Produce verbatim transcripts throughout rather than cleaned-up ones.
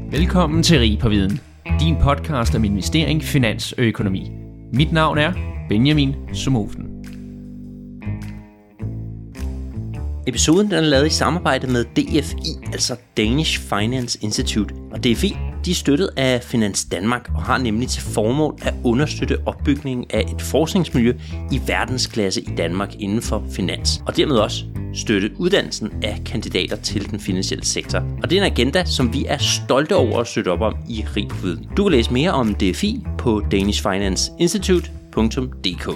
Velkommen til Rig på Viden, din podcast om investering, finans og økonomi. Mit navn er Benjamin Somofen. Episoden den er lavet i samarbejde med D F I, altså Danish Finance Institute, og D F I de er støttet af Finans Danmark og har nemlig til formål at understøtte opbygningen af et forskningsmiljø i verdensklasse i Danmark inden for finans, og dermed også støtte uddannelsen af kandidater til den finansielle sektor. Og det er en agenda, som vi er stolte over at støtte op om i Rig på Viden. Du kan læse mere om D F I på danish finance institute punktum d k.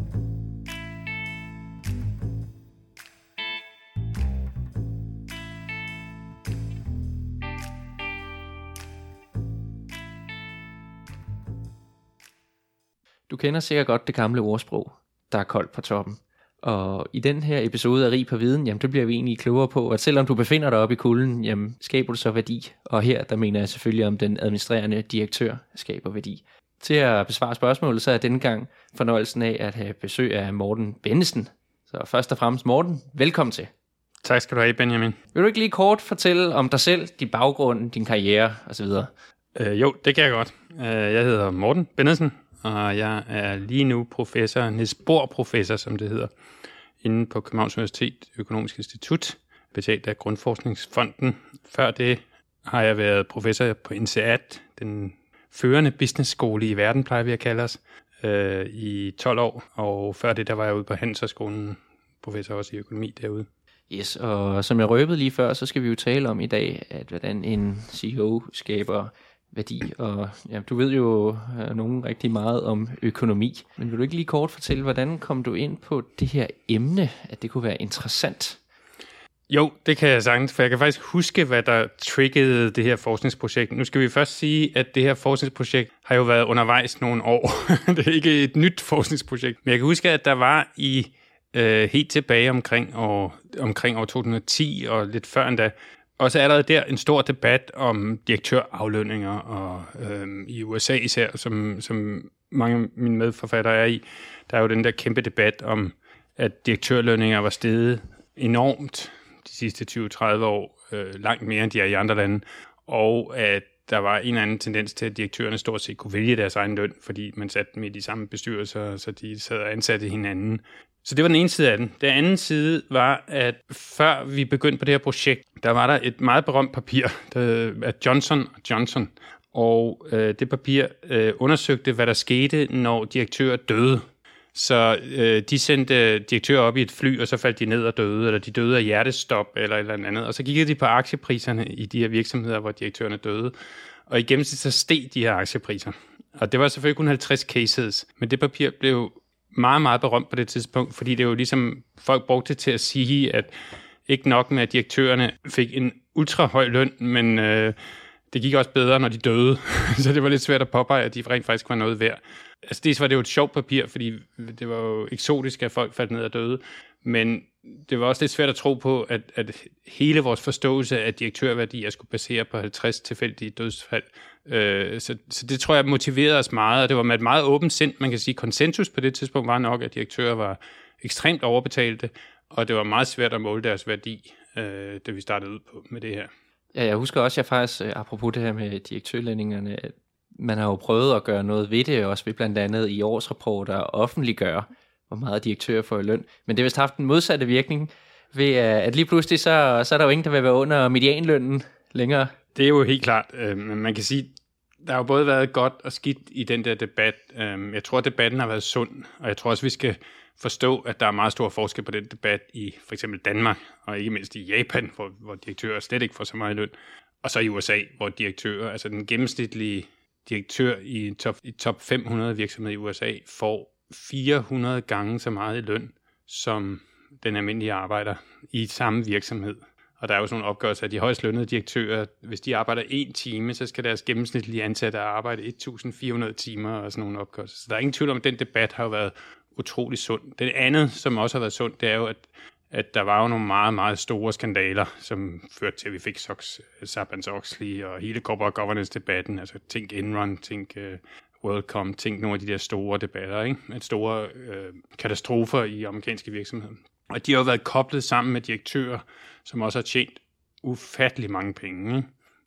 Du kender sikkert godt det gamle ordsprog, der er koldt på toppen. Og i den her episode af Rig på Viden, jamen, det bliver vi egentlig klogere på, at selvom du befinder dig oppe i kulden, jamen, skaber du så værdi. Og her, der mener jeg selvfølgelig om den administrerende direktør skaber værdi. Til at besvare spørgsmålet, så er denne gang fornøjelsen af at have besøg af Morten Bennesen. Så først og fremmest Morten, velkommen til. Tak skal du have, Benjamin. Vil du ikke lige kort fortælle om dig selv, din baggrund, din karriere osv.? Øh, jo, det kan jeg godt. Jeg hedder Morten Bennesen, og jeg er lige nu professor, Niels Bohr professor, som det hedder, inde på Københavns Universitet Økonomisk Institut, betalt af Grundforskningsfonden. Før det har jeg været professor på INSEAD, den førende businessskole i verden, plejer vi at kalde os, øh, i tolv år. Og før det, der var jeg ude på Handelshøjskolen, professor også i økonomi derude. Yes, og som jeg røbede lige før, så skal vi jo tale om i dag, at hvordan en C E O skaber værdi, og ja, du ved jo øh, nogen rigtig meget om økonomi, men vil du ikke lige kort fortælle, hvordan kom du ind på det her emne, at det kunne være interessant? Jo, det kan jeg sagtens, for jeg kan faktisk huske, hvad der triggede det her forskningsprojekt. Nu skal vi først sige, at det her forskningsprojekt har jo været undervejs nogle år. Det er ikke et nyt forskningsprojekt, men jeg kan huske, at der var i øh, helt tilbage omkring år, omkring år to tusind og ti og lidt før endda, og så er der der en stor debat om direktøraflønninger, og øhm, i U S A især, som, som mange af mine medforfattere er i. Der er jo den der kæmpe debat om, at direktørlønninger var steget enormt de sidste tyve til tredive år, øh, langt mere end de er i andre lande, og at der var en eller anden tendens til, at direktørerne stort set kunne vælge deres egen løn, fordi man satte dem i de samme bestyrelser, så de sad og ansatte hinanden. Så det var den ene side af den. Den anden side var, at før vi begyndte på det her projekt, der var der et meget berømt papir der, af Johnson og Johnson. Og øh, det papir øh, undersøgte, hvad der skete, når direktører døde. Så øh, de sendte direktører op i et fly, og så faldt de ned og døde, eller de døde af hjertestop, eller et eller andet. Og så kiggede de på aktiepriserne i de her virksomheder, hvor direktørerne døde. Og i gennemsnit så steg de her aktiepriser. Og det var selvfølgelig kun halvtreds cases, men det papir blev meget, meget berømt på det tidspunkt, fordi det jo ligesom folk brugte det til at sige, at ikke nok med, at direktørerne fik en ultra høj løn, men øh, det gik også bedre, når de døde. Så det var lidt svært at påpege, at de rent faktisk var noget værd. Altså dels var det jo et sjovt papir, fordi det var jo eksotisk, at folk faldt ned og døde, men det var også lidt svært at tro på, at, at hele vores forståelse af direktørværdier skulle basere på halvtreds tilfældige dødsfald. Øh, så, så det tror jeg motiverede os meget, og det var med et meget åbent sind. Man kan sige, konsensus på det tidspunkt var nok, at direktører var ekstremt overbetalte, og det var meget svært at måle deres værdi, øh, da vi startede ud på med det her. Ja, jeg husker også, jeg faktisk, apropos det her med direktørlønningerne, at man har jo prøvet at gøre noget ved det, også ved blandt andet i årsrapporter offentliggøre, hvor meget direktører får i løn. Men det har vist haft en modsatte virkning, ved at lige pludselig, så, så er der jo ingen, der vil være under medianlønnen længere. Det er jo helt klart, men man kan sige, der har jo både været godt og skidt i den der debat. Jeg tror, at debatten har været sund, og jeg tror også, vi skal forstå, at der er meget stor forskel på den debat i for eksempel Danmark, og ikke mindst i Japan, hvor, hvor direktører slet ikke får så meget løn, og så i U S A, hvor direktører, altså den gennemsnitlige direktør i top, i top fem hundrede virksomheder i U S A, får fire hundrede gange så meget i løn, som den almindelige arbejder i samme virksomhed. Og der er jo sådan nogle opgørelser, at de højst lønnede direktører, hvis de arbejder en time, så skal deres gennemsnitlige ansatte arbejde et tusind fire hundrede timer og sådan nogle opgørelser. Så der er ingen tvivl om, at den debat har jo været utrolig sund. Det andet, som også har været sundt, det er jo, at, at der var jo nogle meget, meget store skandaler, som førte til, at vi fik Sarbanes-Oxley og hele corporate governance-debatten, altså tænk Enron, tænk uh, WorldCom, tænk nogle af de der store debatter, ikke? Med store øh, katastrofer i amerikanske virksomheder. Og de har jo været koblet sammen med direktører, som også har tjent ufattelig mange penge, ikke?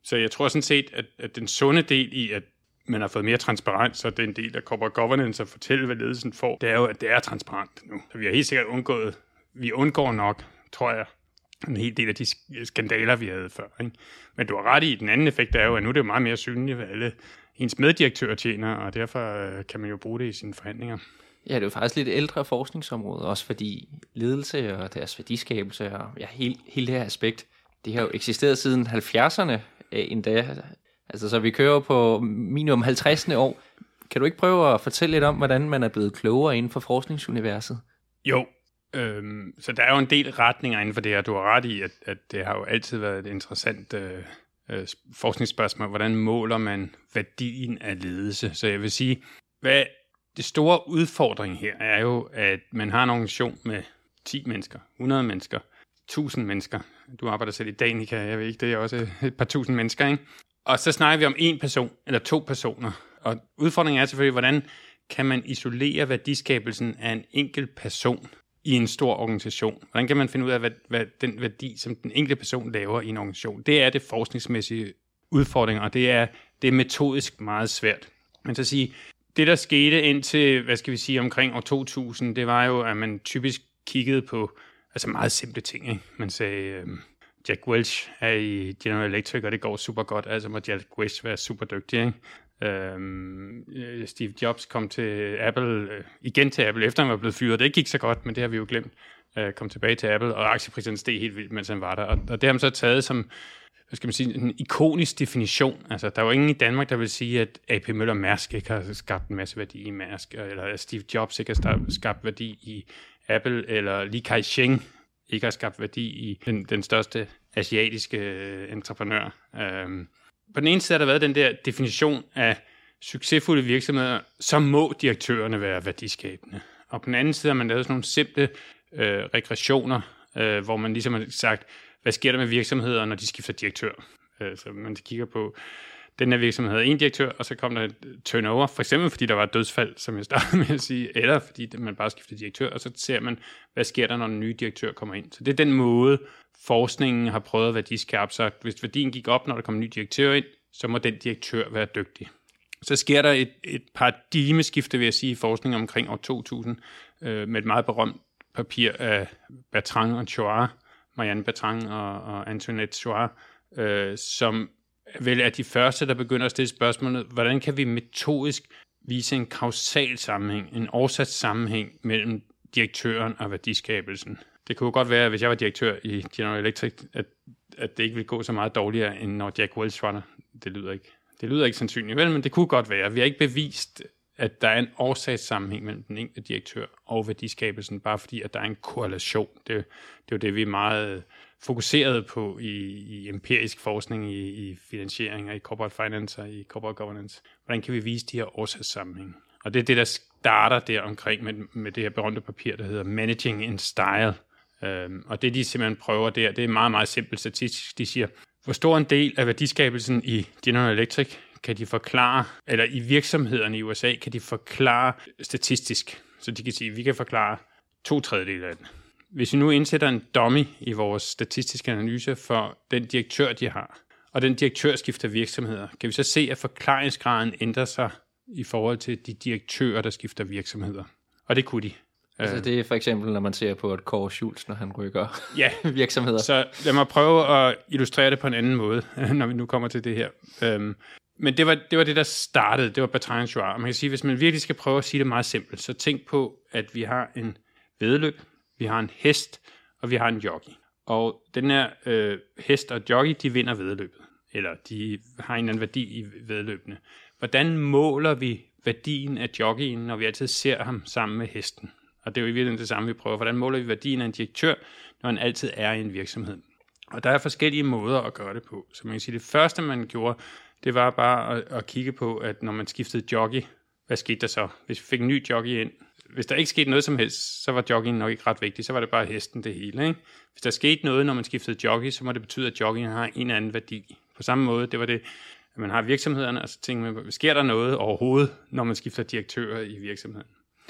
Så jeg tror sådan set, at, at den sunde del i, at man har fået mere transparens, og det er en del af corporate governance at fortælle, hvad ledelsen får, det er jo, at det er transparent nu. Så vi har helt sikkert undgået, vi undgår nok, tror jeg, en hel del af de skandaler, vi havde før. Ikke? Men du har ret i, den anden effekt er jo, at nu er det jo meget mere synligt, hvad alle ens meddirektører tjener, og derfor kan man jo bruge det i sine forhandlinger. Ja, det er jo faktisk lidt ældre forskningsområde, også fordi ledelse og deres værdiskabelse og ja, hele, hele det her aspekt, det har jo eksisteret siden halvfjerdserne endda. Altså, så vi kører på minimum halvtredsende år. Kan du ikke prøve at fortælle lidt om, hvordan man er blevet klogere inden for forskningsuniverset? Jo, øhm, så der er jo en del retninger inden for det her. Du har ret i, at, at det har jo altid været et interessant øh, øh, forskningsspørgsmål. Hvordan måler man værdien af ledelse? Så jeg vil sige, hvad det store udfordring her er jo, at man har en organisation med ti mennesker, hundrede mennesker, tusind mennesker. Du arbejder selv i Danica, jeg ved ikke, det er også et par tusind mennesker, ikke? Og så snakker vi om en person eller to personer. Og udfordringen er selvfølgelig, hvordan kan man isolere værdiskabelsen af en enkelt person i en stor organisation? Hvordan kan man finde ud af, hvad, hvad den værdi, som den enkelte person laver i en organisation? Det er det forskningsmæssige udfordring, og det er, det er metodisk meget svært. Men så at sige, det der skete indtil, hvad skal vi sige, omkring år to tusind, det var jo, at man typisk kiggede på altså meget simple ting. Ikke? Man sagde, øh, Jack Welch er i General Electric, og det går super godt, altså må Jack Welch være super dygtig. Ikke? Øhm, Steve Jobs kom til Apple, øh, igen til Apple, efter han var blevet fyret. Det gik så godt, men det har vi jo glemt. Øh, kom tilbage til Apple, og aktiepriserne steg helt vildt, mens han var der. Og, og det har man så taget som, hvad skal man sige, en ikonisk definition. Altså, der er jo ingen i Danmark, der vil sige, at A P Møller Mærsk ikke har skabt en masse værdi i Mærsk, eller at Steve Jobs ikke har skabt værdi i Apple, eller Li Ka-shing ikke har skabt værdi i den, den største asiatiske øh, entreprenør. Øhm, på den ene side har der været den der definition af succesfulde virksomheder, så må direktørerne være værdiskabende. Og på den anden side har man lavet sådan nogle simple øh, regressioner, øh, hvor man ligesom har sagt, hvad sker der med virksomheder, når de skifter direktør? Øh, så man kigger på, den her virksomhed havde en direktør, og så kom der et turnover, for eksempel fordi der var et dødsfald, som jeg startede med at sige, eller fordi man bare skifter direktør, og så ser man, hvad sker der, når den nye direktør kommer ind. Så det er den måde, forskningen har prøvet at værdiskabe sig. Hvis værdien gik op, når der kom en ny direktør ind, så må den direktør være dygtig. Så sker der et, et paradigmeskifte, vil jeg sige, i forskningen omkring år to tusind, øh, med et meget berømt papir af Bertrand og Chouard, Marianne Bertrand og, og Antoinette Chouard, øh, som vel er de første, der begynder at stille spørgsmålet, hvordan kan vi metodisk vise en kausal sammenhæng, en årsagssammenhæng mellem direktøren og værdiskabelsen. Det kunne godt være, hvis jeg var direktør i General Electric, at, at det ikke ville gå så meget dårligere, end når Jack Welch var der. Det lyder ikke, det lyder ikke sandsynligt, vel, men det kunne godt være. Vi har ikke bevist, at der er en årsagssammenhæng mellem den enkelte direktør og værdiskabelsen, bare fordi, at der er en korrelation. Det, det er jo det, vi er meget fokuseret på i, i empirisk forskning, i, i finansiering og i corporate finance og i corporate governance. Hvordan kan vi vise de her årsagssammenhæng? Og det er det, der starter der omkring med, med det her berømte papir, der hedder Managing in Style. Øhm, og det, de simpelthen prøver der, det er meget, meget simpelt statistisk. De siger, hvor stor en del af værdiskabelsen i General Electric kan de forklare, eller i virksomhederne i U S A, kan de forklare statistisk. Så de kan sige, at vi kan forklare to tredjedele af den. Hvis vi nu indsætter en dummy i vores statistiske analyse for den direktør, de har, og den direktør skifter virksomheder, kan vi så se, at forklaringsgraden ændrer sig i forhold til de direktører, der skifter virksomheder. Og det kunne de. Altså det er for eksempel, når man ser på et Kåre Schultz, når han rykker ja. virksomheder. Så lad mig prøve at illustrere det på en anden måde, når vi nu kommer til det her. Øhm, men det var, det var det, der startede. Det var Bertrand og Chouard. Man kan sige, hvis man virkelig skal prøve at sige det meget simpelt, så tænk på, at vi har en væddeløb, vi har en hest, og vi har en jockey. Og den her øh, hest og jockey, de vinder væddeløbet. Eller de har en eller anden værdi i væddeløbene. Hvordan måler vi værdien af jockeyen, når vi altid ser ham sammen med hesten? Og det er jo i virkeligheden det samme, vi prøver. Hvordan måler vi værdien af en direktør, når han altid er i en virksomhed? Og der er forskellige måder at gøre det på. Så man kan sige, det første, man gjorde, det var bare at, at kigge på, at når man skiftede jockey, hvad skete der så? Hvis vi fik en ny jockey ind, hvis der ikke skete noget som helst, så var jockeyen nok ikke ret vigtig. Så var det bare hesten det hele. Ikke? Hvis der skete noget, når man skiftede jockey, så må det betyde, at jockeyen har en eller anden værdi. På samme måde, det var det, at man har virksomhederne, og så tænker man, sker der noget overhovedet, når man skifter direktører i virksomheden?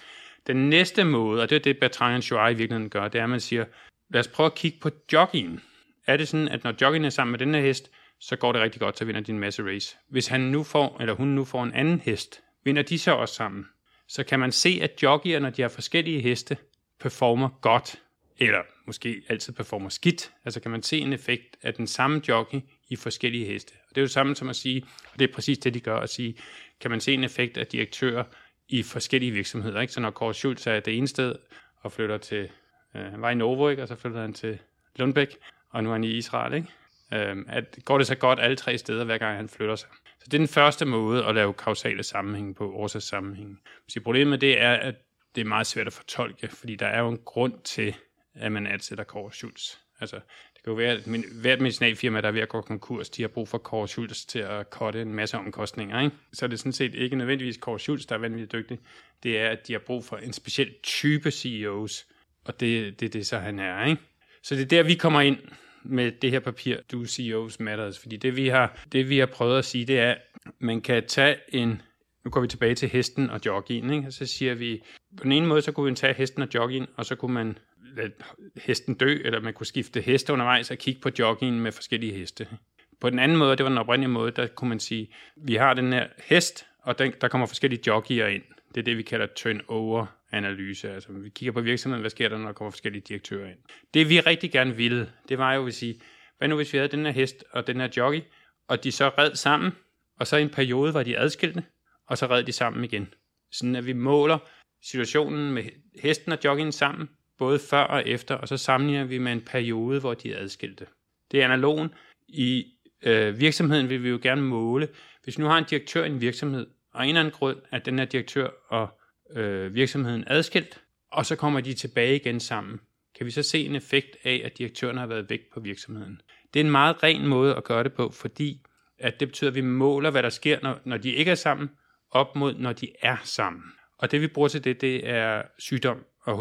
Den næste måde, og det er det, Bertrand og Chouard i virkeligheden gør, det er, at man siger, lad os prøve at kigge på jockeyen. Er det sådan, at når jockeyen er sammen med den her hest, så går det rigtig godt, så vinder de en masse race. Hvis han nu får, eller hun nu får en anden hest, vinder de så også sammen. Så kan man se, at jockeyer, når de har forskellige heste, performer godt, eller måske altid performer skidt. Altså kan man se en effekt af den samme jockey i forskellige heste. Og det er jo det samme som at sige, og det er præcis det, de gør, at sige, kan man se en effekt af direktører i forskellige virksomheder. Ikke? Så når Kåre Schultz er det ene sted, og flytter til, øh, han var i Novo, ikke? Og så flytter han til Lundbæk, og nu er han i Israel. Ikke? Øh, at, går det så godt alle tre steder, hver gang han flytter sig. Så det er den første måde at lave kausale sammenhæng på, årsagssammenhæng. Så problemet med det er, at det er meget svært at fortolke, fordi der er jo en grund til, at man ansætter Kåre Schultz. Altså, det kan jo være, at hvert medicinalfirma, der er ved at gå konkurs, de har brug for Kåre Schultz til at cutte en masse omkostninger. Ikke? Så er det sådan set ikke nødvendigvis Kåre Schultz, der er vanvittigt dygtig. Det er, at de har brug for en speciel type C E O's, og det, det er det, så han er. Ikke? Så det er der, vi kommer ind med det her papir, Do C E Os Matters. Fordi det vi, har, det, vi har prøvet at sige, det er, at man kan tage en... Nu går vi tilbage til hesten og jockeyen, ikke? Og så siger vi, på den ene måde, så kunne vi tage hesten og jockeyen, og så kunne man lade hesten dø, eller man kunne skifte heste undervejs og kigge på jockeyen med forskellige heste. På den anden måde, det var den oprindelige måde, der kunne man sige, vi har den her hest, og den, der kommer forskellige jockeyer ind. Det er det, vi kalder turnover-analyse. Altså, vi kigger på virksomheden, hvad sker der, når der kommer forskellige direktører ind. Det vi rigtig gerne ville, det var jo at sige, hvad nu hvis vi havde den her hest og den her jockey, og de så red sammen, og så i en periode var de adskilte, og så red de sammen igen. Sådan at vi måler situationen med hesten og jockeyen sammen, både før og efter, og så sammenligner vi med en periode, hvor de er adskilte. Det er analogen. I øh, virksomheden vil vi jo gerne måle, hvis vi nu har en direktør i en virksomhed, og en eller anden grund er den her direktør og øh, virksomheden adskilt, og så kommer de tilbage igen sammen. Kan vi så se en effekt af, at direktøren har været væk på virksomheden? Det er en meget ren måde at gøre det på, fordi at det betyder, at vi måler, hvad der sker, når, når de ikke er sammen, op mod, når de er sammen. Og det vi bruger til det, det er sygdom og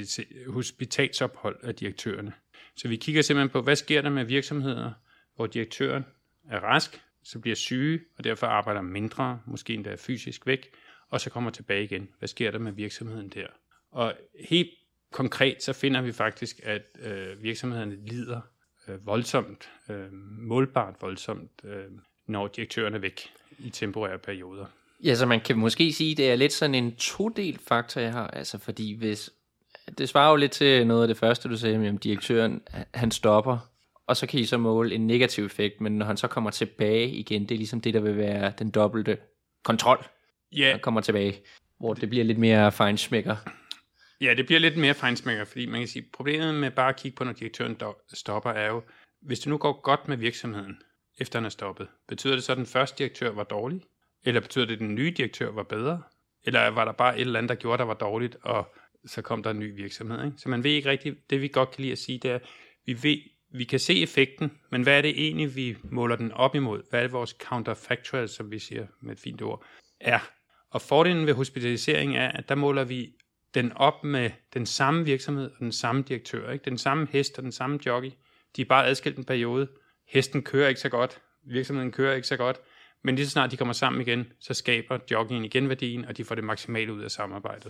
hospitalsophold af direktørerne. Så vi kigger simpelthen på, hvad sker der med virksomheder, hvor direktøren er rask, så bliver syge, og derfor arbejder mindre, måske endda fysisk væk, og så kommer tilbage igen. Hvad sker der med virksomheden der? Og helt konkret, så finder vi faktisk, at øh, virksomhederne lider øh, voldsomt, øh, målbart voldsomt, øh, når direktøren er væk i temporære perioder. Ja, så man kan måske sige, at det er lidt sådan en todelt faktor, jeg har. Altså, fordi hvis... Det svarer jo lidt til noget af det første, du sagde, om direktøren, han stopper, og så kan I så måle en negativ effekt, men når han så kommer tilbage igen, det er ligesom det, der vil være den dobbelte kontrol, ja. Han kommer tilbage, hvor det bliver lidt mere feinschmecker. Ja, det bliver lidt mere feinschmecker, fordi man kan sige, problemet med bare at kigge på, når direktøren stopper, er jo, hvis det nu går godt med virksomheden, efter han er stoppet, betyder det så, at den første direktør var dårlig? Eller betyder det, at den nye direktør var bedre? Eller var der bare et eller andet, der gjorde, der var dårligt, og så kom der en ny virksomhed? Ikke? Så man ved ikke rigtigt, det vi godt kan lide at sige, det er, vi ved, vi kan se effekten, men hvad er det egentlig, vi måler den op imod? Hvad er det vores counterfactual, som vi siger med et fint ord, er? Og fordelen ved hospitalisering er, at der måler vi den op med den samme virksomhed og den samme direktør. Ikke? Den samme hest og den samme jockey. De er bare adskilt en periode. Hesten kører ikke så godt. Virksomheden kører ikke så godt. Men lige så snart de kommer sammen igen, så skaber jockeying igen værdien, og de får det maksimale ud af samarbejdet.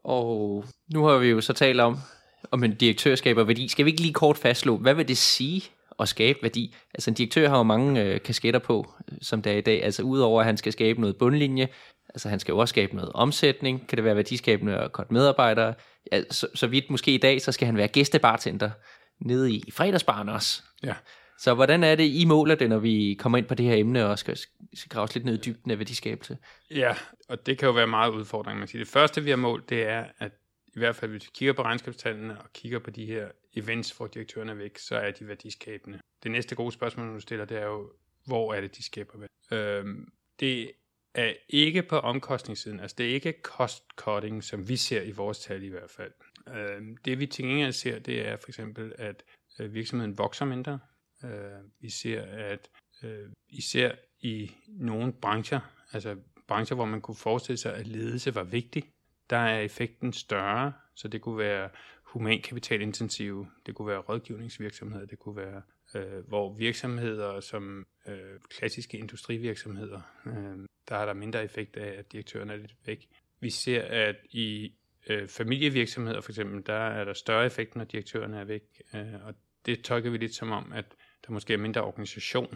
Og nu har vi jo så talt om, om en direktør skaber værdi. Skal vi ikke lige kort fastslå, hvad vil det sige at skabe værdi? Altså en direktør har jo mange øh, kasketter på, som der er i dag. Altså udover at han skal skabe noget bundlinje, altså han skal jo også skabe noget omsætning. Kan det være værdiskabende og godt medarbejdere? Ja, så, så vidt måske i dag, så skal han være gæstebartender nede i, i fredagsbaren også. Ja. Så hvordan er det, I måler det, når vi kommer ind på det her emne og skal, skal grave lidt ned i dybden af værdiskabelse? Ja, og det kan jo være meget udfordrende. Man siger. Det første, vi har målt, det er, at i hvert fald, hvis vi kigger på regnskabstallene og kigger på de her events, hvor direktøren er væk, så er de værdiskabende. Det næste gode spørgsmål, du stiller, det er jo, hvor er det, de skaber værdi? Øhm, det er ikke på omkostningssiden. Altså, det er ikke cost-cutting, som vi ser i vores tal i hvert fald. Øhm, det, vi til gengæld ser, det er for eksempel, at øh, virksomheden vokser mindre. Uh, vi ser, at uh, især i nogle brancher, altså brancher, hvor man kunne forestille sig, at ledelse var vigtig, der er effekten større, så det kunne være humankapitalintensive, det kunne være rådgivningsvirksomheder, det kunne være, uh, hvor virksomheder som uh, klassiske industrivirksomheder, uh, der er der mindre effekt af, at direktøren er lidt væk. Vi ser, at i uh, familievirksomheder for eksempel, der er der større effekt, når direktøren er væk, uh, og det tolker vi lidt som om, at der måske er mindre organisation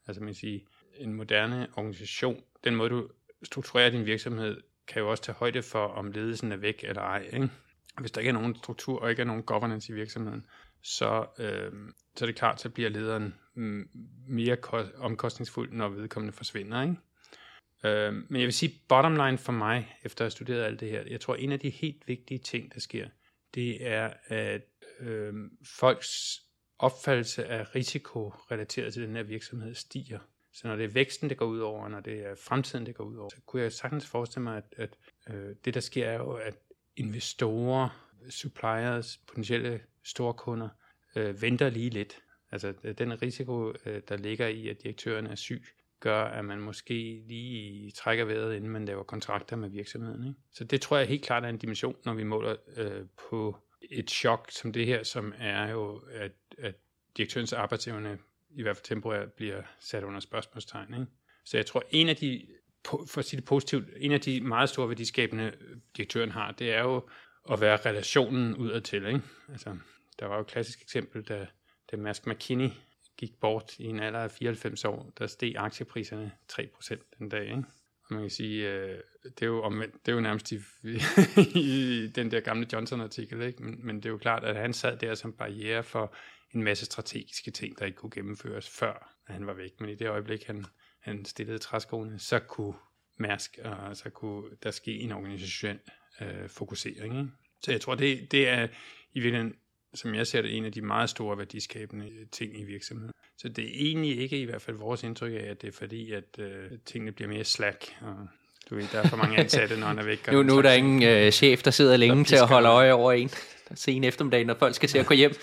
Altså man siger, en moderne organisation, den måde du strukturerer din virksomhed, kan jo også tage højde for, om ledelsen er væk eller ej. Ikke? Hvis der ikke er nogen struktur og ikke er nogen governance i virksomheden, så, øh, så er det klart, så bliver lederen mere omkostningsfuld, når vedkommende forsvinder. Ikke? Øh, men jeg vil sige, bottom line for mig, efter at have studeret alt det her, jeg tror, en af de helt vigtige ting, der sker, det er, at øh, folks opfattelse af risiko relateret til den her virksomhed stiger. Så når det er væksten, det går ud over, når det er fremtiden, det går ud over, så kunne jeg sagtens forestille mig, at, at øh, det, der sker, er jo, at investorer, suppliers, potentielle store kunder, øh, venter lige lidt. Altså den risiko, øh, der ligger i, at direktøren er syg, gør, at man måske lige trækker vejret, inden man laver kontrakter med virksomheden. Ikke? Så det tror jeg helt klart er en dimension, når vi måler øh, på et chok som det her, som er jo, at, at direktørens arbejdsevne, i hvert fald temporært, bliver sat under spørgsmålstegn. Ikke? Så jeg tror, en af de, for at sige det positivt, en af de meget store værdiskabende direktøren har, det er jo at være relationen udadtil. Ikke? Altså, der var jo et klassisk eksempel, da, da Mærsk Mc-Kinney gik bort i en alder af fireoghalvfems år, der steg aktiepriserne tre procent den dag. Ikke? Og man kan sige, øh, det, er jo omvendt, det er jo nærmest i, i den der gamle Johnson-artikel, ikke? Men, men det er jo klart, at han sad der som barriere for en masse strategiske ting, der ikke kunne gennemføres, før han var væk. Men i det øjeblik, han, han stillede træskoene, så kunne Mærsk, og så kunne der ske en organisation øh, fokusering. Ikke? Så jeg tror, det, det er i virkeligheden, som jeg ser det, en af de meget store værdiskabende ting i virksomheden. Så det er egentlig ikke i hvert fald vores indtryk af, at det er fordi, at øh, tingene bliver mere slack, og du ved, der er for mange ansatte, når han er væk. nu, nu er der ingen øh, chef, der sidder længe der til at holde øje over en. Der er sen eftermiddag, når folk skal til at gå hjem.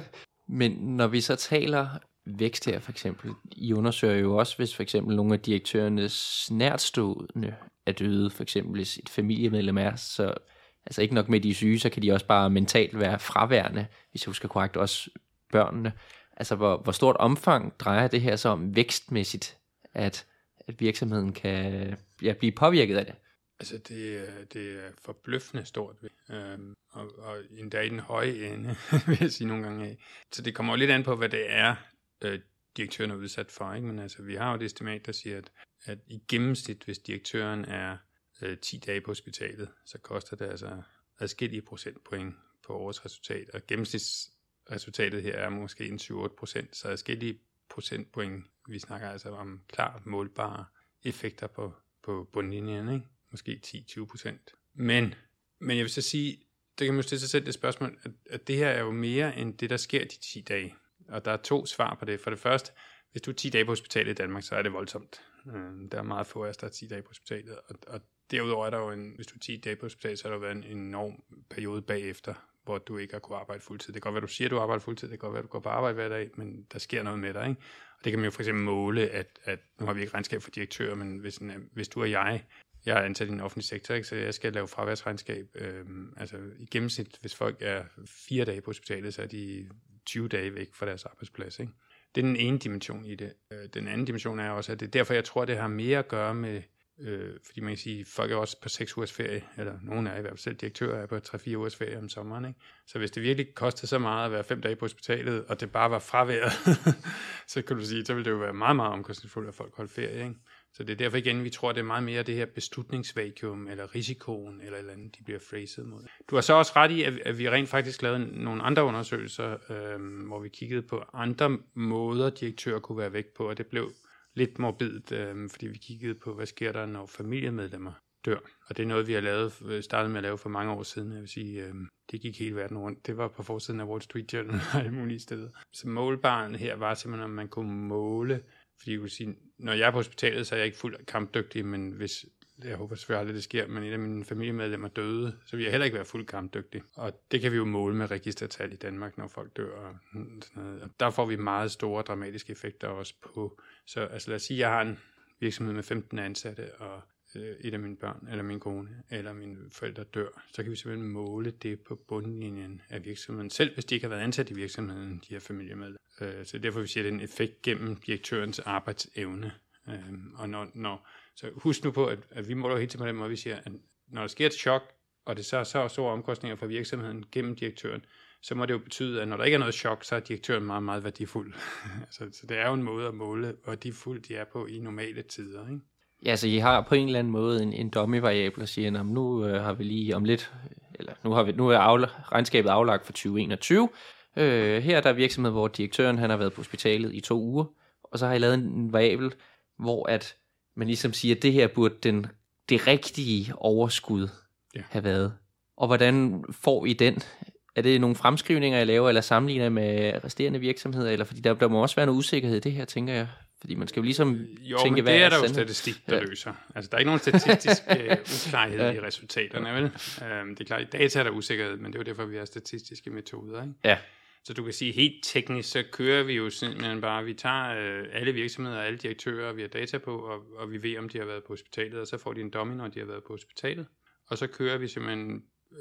Men når vi så taler vækst her for eksempel, I undersøger jo også, hvis for eksempel nogle af direktørernes nærtstående er døde, for eksempel hvis et familiemedlem er, så altså ikke nok med de syge, så kan de også bare mentalt være fraværende, hvis jeg husker korrekt, også børnene. Altså hvor, hvor stort omfang drejer det her så om vækstmæssigt, at, at virksomheden kan ja, blive påvirket af det? Altså det, det er forbløffende stort, øhm, og, og endda i den høje ende, vil jeg sige nogle gange af. Så det kommer jo lidt an på, hvad det er, øh, direktøren er udsat for. Ikke? Men altså, vi har jo et estimat, der siger, at, at i gennemsnit, hvis direktøren er øh, ti dage på hospitalet, så koster det altså adskillige procentpoint på årets resultat, og gennemsnitsresultatet her er måske en syv til otte procent, så adskillige procentpoint, vi snakker altså om klart målbare effekter på, på bundlinjen, ikke? Måske ti til tyve procent. Men, men jeg vil så sige, det kan man jo stille sig selv det spørgsmål, at, at det her er jo mere end det, der sker de ti dage. Og der er to svar på det. For det første, hvis du er ti dage på hospitalet i Danmark, så er det voldsomt. Der er meget få af os, der er ti dage på hospitalet. Og, og derudover er der jo en, hvis du er ti dage på hospitalet, så har der været en enorm periode bagefter, hvor du ikke har kunnet arbejde fuldtid. Det kan godt være, du siger, du arbejder fuldtid, det kan godt være, du går på arbejde hver dag, men der sker noget med dig, ikke? Og det kan man jo for eksempel måle, at, at nu har vi ikke regnskab for direktører, men hvis, en, hvis du og jeg, jeg er ansat i den offentlige sektor, ikke, så jeg skal lave fraværsregnskab. Øhm, altså i gennemsnit, hvis folk er fire dage på hospitalet, så er de tyve dage væk fra deres arbejdsplads, ikke? Det er den ene dimension i det. Den anden dimension er også, at det er derfor, jeg tror, det har mere at gøre med, øh, fordi man kan sige, folk er også på seks ugers ferie, eller nogen er i hvert fald selv direktører er på tre fire ugers ferie om sommeren, ikke? Så hvis det virkelig kostede så meget at være fem dage på hospitalet, og det bare var fraværet, så kan du sige, så ville det jo være meget, meget omkostningsfuldt, at folk holdt ferie, ikke? Så det er derfor igen, vi tror, det er meget mere det her beslutningsvakuum, eller risikoen, eller eller andet, de bliver phrased mod. Du har så også ret i, at vi rent faktisk lavede nogle andre undersøgelser, øh, hvor vi kiggede på andre måder, direktører kunne være væk på, og det blev lidt morbidt, øh, fordi vi kiggede på, hvad sker der, når familiemedlemmer dør. Og det er noget, vi har lavet, startet med at lave for mange år siden. Jeg vil sige, øh, det gik hele verden rundt. Det var på forsiden af Wall Street Journal og alle mulige steder. Så målbaren her var simpelthen, om man kunne måle. Fordi jeg kunne sige, når jeg er på hospitalet, så er jeg ikke fuldt kampdygtig, men hvis, jeg håber selvfølgelig aldrig, det sker, men et af mine familiemedlemmer døde, så vil jeg heller ikke være fuldt kampdygtig. Og det kan vi jo måle med registertal i Danmark, når folk dør og sådan noget. Og der får vi meget store dramatiske effekter også på. Så altså lad os sige, at jeg har en virksomhed med femten ansatte, og øh, et af mine børn, eller min kone, eller mine forældre dør, så kan vi simpelthen måle det på bundlinjen af virksomheden, selv hvis de ikke har været ansat i virksomheden, de her familiemedlemmer. Øh, så derfor vi siger, det er en effekt gennem direktørens arbejdsevne. Øh, og når, når, så husk nu på, at, at vi måler helt til på den måde, vi siger, at når der sker et chok, og det så er så store omkostninger for virksomheden gennem direktøren, så må det jo betyde, at når der ikke er noget chok, så er direktøren meget, meget værdifuld. altså, så det er jo en måde at måle, hvor værdifuld de er på i normale tider, ikke? Ja, så I har på en eller anden måde en, en dummy-variabel og siger, nu øh, har vi lige om lidt, eller nu, har vi, nu er afla- regnskabet aflagt for tyve enogtyve. Øh, her er der virksomhed, hvor direktøren han har været på hospitalet i to uger, og så har I lavet en, en variabel, hvor at man ligesom siger, at det her burde den, det rigtige overskud ja. have været. Og hvordan får I den? Er det nogle fremskrivninger, jeg laver, eller sammenligner med resterende virksomheder? Eller fordi der, der må også være noget usikkerhed i det her, tænker jeg. Fordi man skal jo ligesom jo, tænke, men hvad det er, er der jo sandhed? statistik, der ja. løser. Altså, der er ikke nogen statistisk uh, uklarhed ja. i resultaterne, vel? Um, det er klart, i data er der usikkerhed, men det er jo derfor, vi har statistiske metoder, ikke? Ja. Så du kan sige, helt teknisk, så kører vi jo simpelthen bare, vi tager uh, alle virksomheder og alle direktører, vi har data på, og, og vi ved, om de har været på hospitalet, og så får de en dummy, når de har været på hospitalet. Og så kører vi simpelthen uh,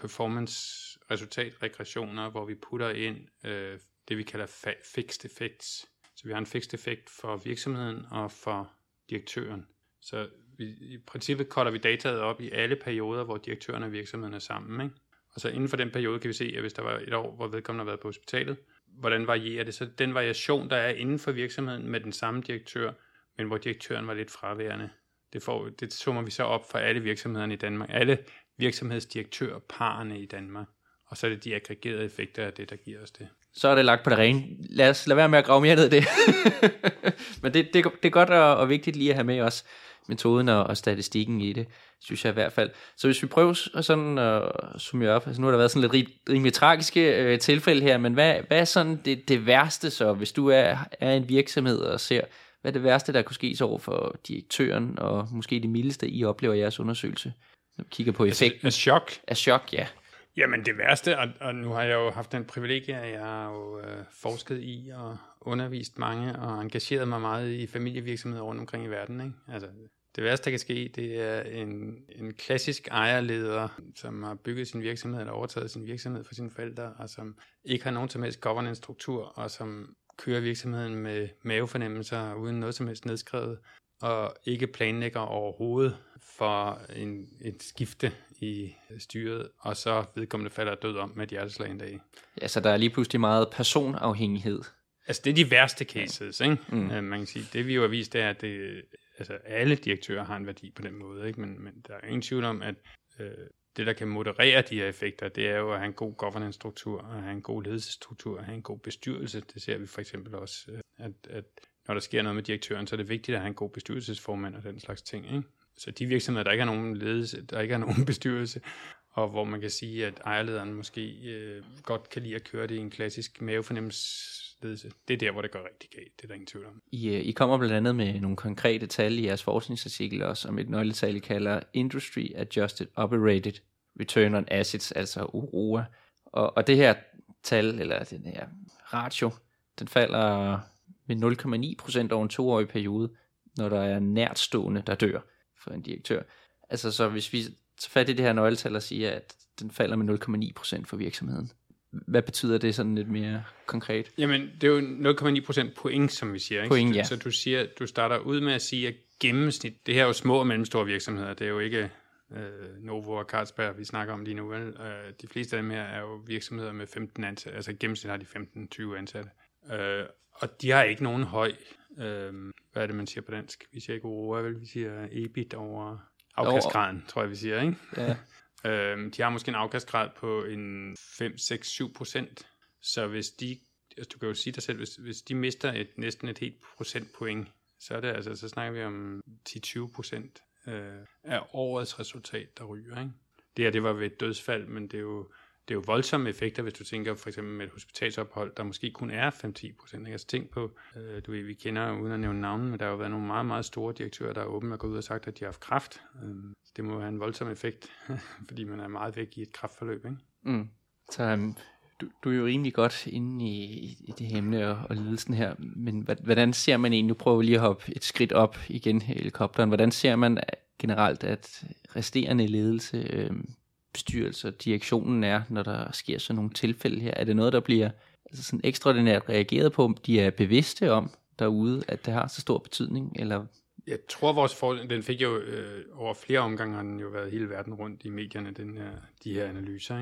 performance-resultatregressioner, hvor vi putter ind uh, det, vi kalder fa- fixed effects. Så vi har en fixed effekt for virksomheden og for direktøren. Så vi, i princippet cutter vi dataet op i alle perioder, hvor direktøren og virksomheden er sammen, ikke? Og så inden for den periode kan vi se, at hvis der var et år, hvor vedkommende har været på hospitalet, hvordan varierer det? Så den variation, der er inden for virksomheden med den samme direktør, men hvor direktøren var lidt fraværende, det, får, det summer vi så op for alle virksomhederne i Danmark. Alle virksomhedsdirektørparerne i Danmark. Og så er det de aggregerede effekter af det, der giver os det. Så er det lagt på det rene. Lad os lade være med at grave mere ned i det. Men det, det, det er godt og, og vigtigt lige at have med også metoden og, og statistikken i det, synes jeg i hvert fald. Så hvis vi prøver sådan at summere op, altså nu har der været sådan lidt rimelig tragiske øh, tilfælde her, men hvad, hvad er sådan det, det værste så, hvis du er, er en virksomhed og ser, hvad er det værste, der kunne ske så over for direktøren, og måske det mildeste, I oplever i jeres undersøgelse? Når vi kigger på effekten. Af chok? Af chok, ja. Jamen det værste, og, og nu har jeg jo haft den privilegie, at jeg har jo øh, forsket i og undervist mange og engageret mig meget i familievirksomheder rundt omkring i verden, ikke? Altså, det værste, der kan ske, det er en, en klassisk ejerleder, som har bygget sin virksomhed eller overtaget sin virksomhed for sine forældre, og som ikke har nogen som helst governance-struktur, og som kører virksomheden med mavefornemmelser uden noget som helst nedskrevet, og ikke planlægger overhovedet for en, et skifte i styret, og så vedkommende falder død om med et hjerteslag en dag. Ja, så der er lige pludselig meget personafhængighed. Altså det er de værste cases, ikke? Mm. Uh, man kan sige, det vi jo har vist, det er, at det, altså, alle direktører har en værdi på den måde, ikke? Men, men der er ingen tvivl om, at uh, det, der kan moderere de her effekter, det er jo at have en god governance-struktur, at have en god ledelsesstruktur, at have en god bestyrelse. Det ser vi for eksempel også, at, at når der sker noget med direktøren, så er det vigtigt at have en god bestyrelsesformand og den slags ting, ikke? Så de virksomheder, der ikke har nogen ledelse, der ikke har nogen bestyrelse, og hvor man kan sige, at ejerlederen måske øh, godt kan lide at køre det i en klassisk mavefornemmelsesledelse, det er der, hvor det går rigtig galt. Det er der ingen tvivl om. I, I kommer blandt andet med nogle konkrete tal i jeres forskningsartikel også, om et nøgletal, I kalder Industry Adjusted Operated Return on Assets, altså U R O A. Og, og det her tal, eller den her ratio, den falder med nul komma ni procent over en toårig periode, når der er nærtstående, der dør for en direktør. Altså så hvis vi tager fat i det her nøgletal og siger, at den falder med nul komma ni procent for virksomheden, hvad betyder det sådan lidt mere konkret? Jamen, det er jo nul komma ni procent point, som vi siger, ikke? Point, ja. Så du siger, du starter ud med at sige, at gennemsnit, det her er jo små og mellemstore virksomheder, det er jo ikke øh, Novo og Carlsberg, vi snakker om lige nu, vel? Øh, de fleste af dem her er jo virksomheder med femten ansatte, altså gennemsnit har de femten til tyve ansatte. Øh, og de har ikke nogen høj, øh, hvad er det, man siger på dansk? Vi siger ikke U R O A, vel? Vi siger E B I T over afkastgraden, tror jeg, vi siger, ikke? Ja. øh, de har måske en afkastgrad på en fem, seks, syv procent, så hvis de, altså du kan jo sige dig selv, hvis, hvis de mister et, næsten et helt procentpoint, så er det altså, så snakker vi om ti til tyve procent øh, af årets resultat, der ryger, ikke? Det her, det var ved et dødsfald, men det er jo Det er jo voldsomme effekter, hvis du tænker for eksempel med et hospitalsophold, der måske kun er fem til ti procent. Altså tænk på, øh, du ved, vi kender uden at nævne navnen, men der har jo været nogle meget, meget store direktører, der er åbent og gået ud og sagt, at de har haft kræft. Øh, det må have en voldsom effekt, fordi man er meget væk i et kræftforløb, ikke? Mm. Så um, du, du er jo rimelig godt inde i, i det emne og, og ledelsen her, men hvordan ser man egentlig, nu prøver vi lige at hoppe et skridt op igen i helikopteren, hvordan ser man generelt, at resterende ledelse, øh, bestyrelse og direktionen er, når der sker sådan nogle tilfælde her? Er det noget, der bliver altså sådan ekstraordinært reageret på, om de er bevidste om derude, at det har så stor betydning? Eller? Jeg tror, vores forskning, den fik jo øh, over flere omgange, har den jo været hele verden rundt i medierne, den her, de her analyser, ikke?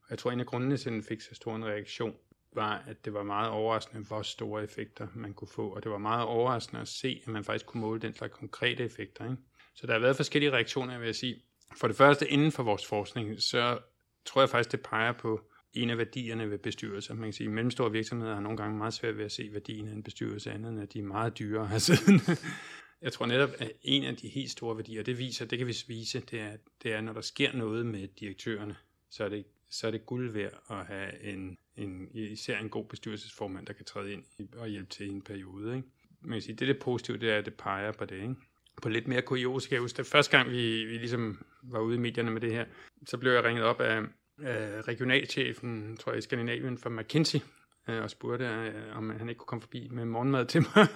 Og jeg tror, en af grundene til, at den fik så stor en reaktion, var, at det var meget overraskende, hvor store effekter man kunne få. Og det var meget overraskende at se, at man faktisk kunne måle den slags konkrete effekter. Ikke? Så der har været forskellige reaktioner, vil jeg sige. For det første, inden for vores forskning, så tror jeg faktisk, det peger på en af værdierne ved bestyrelser. Man kan sige, at mellemstore virksomheder har nogle gange meget svært ved at se værdien af en bestyrelse, andet end at de er meget dyre her siden. Jeg tror netop, at en af de helt store værdier, det viser, det kan vi vise, det er, det er, når der sker noget med direktørerne, så er det, så er det guld værd at have en, en, især en god bestyrelsesformand, der kan træde ind og hjælpe til i en periode. Ikke? Man kan sige, det er det positive, det er, at det peger på det. Ikke? På lidt mere kurios, kan jeg huske, første gang vi, vi ligesom var ude i medierne med det her, så blev jeg ringet op af, af regionalchefen, tror jeg, i Skandinavien fra McKinsey, og spurgte, om han ikke kunne komme forbi med morgenmad til mig.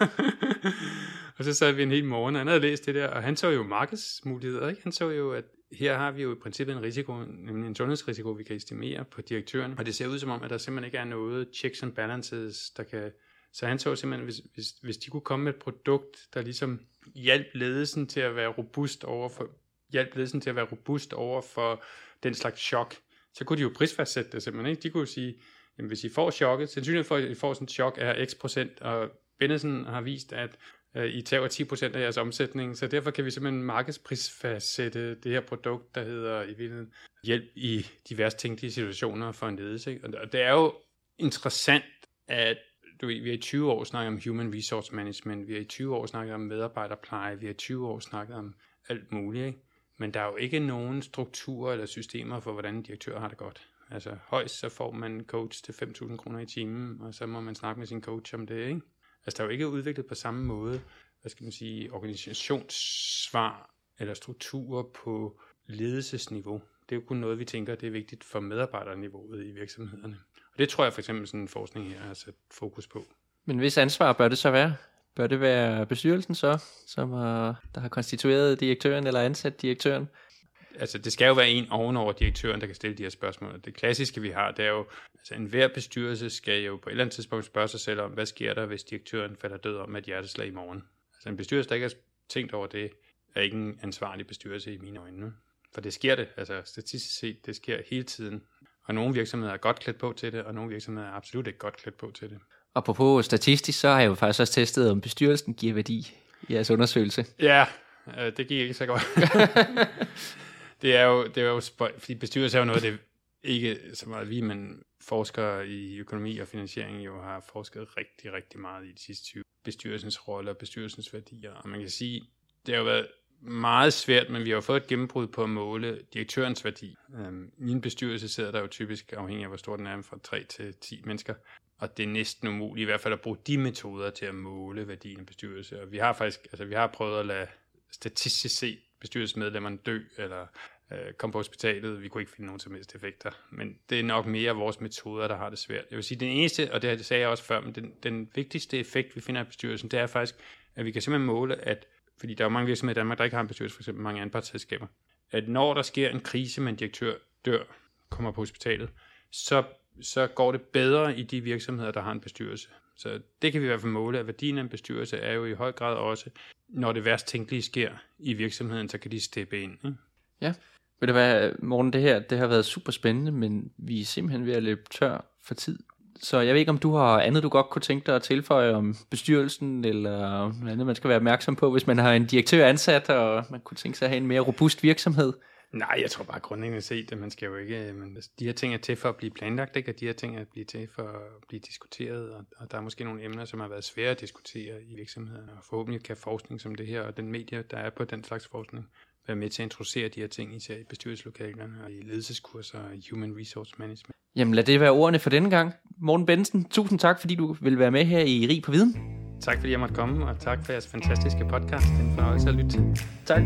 Og så sad vi en hel morgen, og han havde læst det der, og han så jo markedsmuligheder, ikke? Han så jo, at her har vi jo i princippet en risiko, nemlig en sundhedsrisiko, vi kan estimere på direktøren, og det ser ud som om, at der simpelthen ikke er noget checks and balances, der kan... Så han så simpelthen, hvis, hvis, hvis de kunne komme med et produkt, der ligesom hjalp ledelsen til at være robust over for, hjalp ledelsen til at være robust over for den slags chok, så kunne de jo prisfastsætte det simpelthen, ikke? De kunne jo sige, jamen hvis I får chokket, sandsynligheden for, at I får sådan et chok er x procent, og Benesen har vist, at øh, I tager ti procent af jeres omsætning, så derfor kan vi simpelthen markedsprisfastsætte det her produkt, der hedder i virkeligheden hjælp i diverse tænkelige situationer for en ledelse. Ikke? Og det er jo interessant, at du ved, vi har i tyve år snakket om human resource management, vi har i tyve år snakket om medarbejderpleje, vi har i tyve år snakket om alt muligt, ikke? Men der er jo ikke nogen strukturer eller systemer for, hvordan en direktør har det godt. Altså højst så får man en coach til fem tusind kroner i timen, og så må man snakke med sin coach om det, ikke? Altså der er jo ikke udviklet på samme måde, hvad skal man sige, organisationssvar eller strukturer på ledelsesniveau. Det er jo kun noget, vi tænker, det er vigtigt for medarbejderniveauet i virksomhederne. Og det tror jeg for eksempel sådan en forskning her har sat fokus på. Men hvis ansvar bør det så være? Bør det være bestyrelsen så, som har, der har konstitueret direktøren eller ansat direktøren? Altså det skal jo være en ovenover direktøren, der kan stille de her spørgsmål. Det klassiske vi har, det er jo, altså enhver bestyrelse skal jo på et eller andet tidspunkt spørge sig selv om, hvad sker der, hvis direktøren falder død om med et hjerteslag i morgen? Altså en bestyrelse, der ikke har tænkt over det, er ikke en ansvarlig bestyrelse i mine øjne. For det sker det, altså statistisk set, det sker hele tiden. Og nogle virksomheder er godt klædt på til det, og nogle virksomheder er absolut ikke godt klædt på til det. Og på statistisk, så har jeg jo faktisk også testet, om bestyrelsen giver værdi i jeres undersøgelse. Ja, det giver ikke så godt. det er jo, det er jo fordi bestyrelse er jo noget, det ikke så meget vi, men forskere i økonomi og finansiering jo har forsket rigtig, rigtig meget i de sidste tyve. Bestyrelsens rolle og bestyrelsens værdier. Og man kan sige, det har jo været meget svært, men vi har jo fået et gennembrud på at måle direktørens værdi. Øhm, I en bestyrelse sidder der jo typisk, afhængig af hvor stor den er, fra tre til ti mennesker. Og det er næsten umuligt i hvert fald at bruge de metoder til at måle værdien af bestyrelse. Og vi har faktisk, altså vi har prøvet at lade statistisk set bestyrelsesmedlemmerne dø, eller øh, komme på hospitalet. Vi kunne ikke finde nogen som helst effekter. Men det er nok mere vores metoder, der har det svært. Jeg vil sige, den eneste, og det sagde jeg også før, men den, den vigtigste effekt, vi finder af bestyrelsen, det er faktisk, at vi kan simpelthen måle, at fordi der er jo mange virksomheder i Danmark, der ikke har en bestyrelse, for eksempel mange anpartsselskaber, at når der sker en krise med en direktør dør, kommer på hospitalet, så, så går det bedre i de virksomheder, der har en bestyrelse. Så det kan vi i hvert fald måle, at værdien af en bestyrelse er jo i høj grad også, når det værst tænkelige sker i virksomheden, så kan de steppe ind. Ikke? Ja, ved du hvad, Morten, det her det har været super spændende, men vi er simpelthen ved at løbe tør for tid. Så jeg ved ikke, om du har andet, du godt kunne tænke dig at tilføje om bestyrelsen, eller noget andet, man skal være opmærksom på, hvis man har en direktør ansat, og man kunne tænke sig at have en mere robust virksomhed. Nej, jeg tror bare grundlæggende set, at man skal jo ikke, men de her ting er til for at blive planlagt, ikke? Og de her ting er blive til for at blive diskuteret, og, og der er måske nogle emner, som har været svære at diskutere i virksomhederne, og forhåbentlig kan forskning som det her, og den medie, der er på den slags forskning, være med til at introducere de her ting, især i bestyrelseslokalerne og i ledelseskurser og human resource management. Jamen lad det være ordene for denne gang. Morten Bentzen, tusind tak, fordi du vil være med her i Rig på Viden. Tak fordi jeg måtte komme, og tak for jeres fantastiske podcast. Det er en fornøjelse at lytte til. Tak.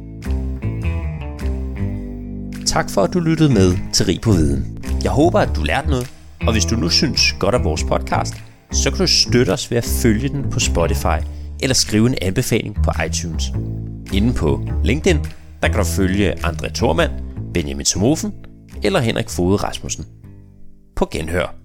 Tak for at du lyttede med til Rig på Viden. Jeg håber at du lærte noget, og hvis du nu synes godt om vores podcast, så kan du støtte os ved at følge den på Spotify eller skrive en anbefaling på iTunes. Inde på LinkedIn, der kan du følge André Thormand, Benjamin Somofen eller Henrik Fode Rasmussen. På genhør.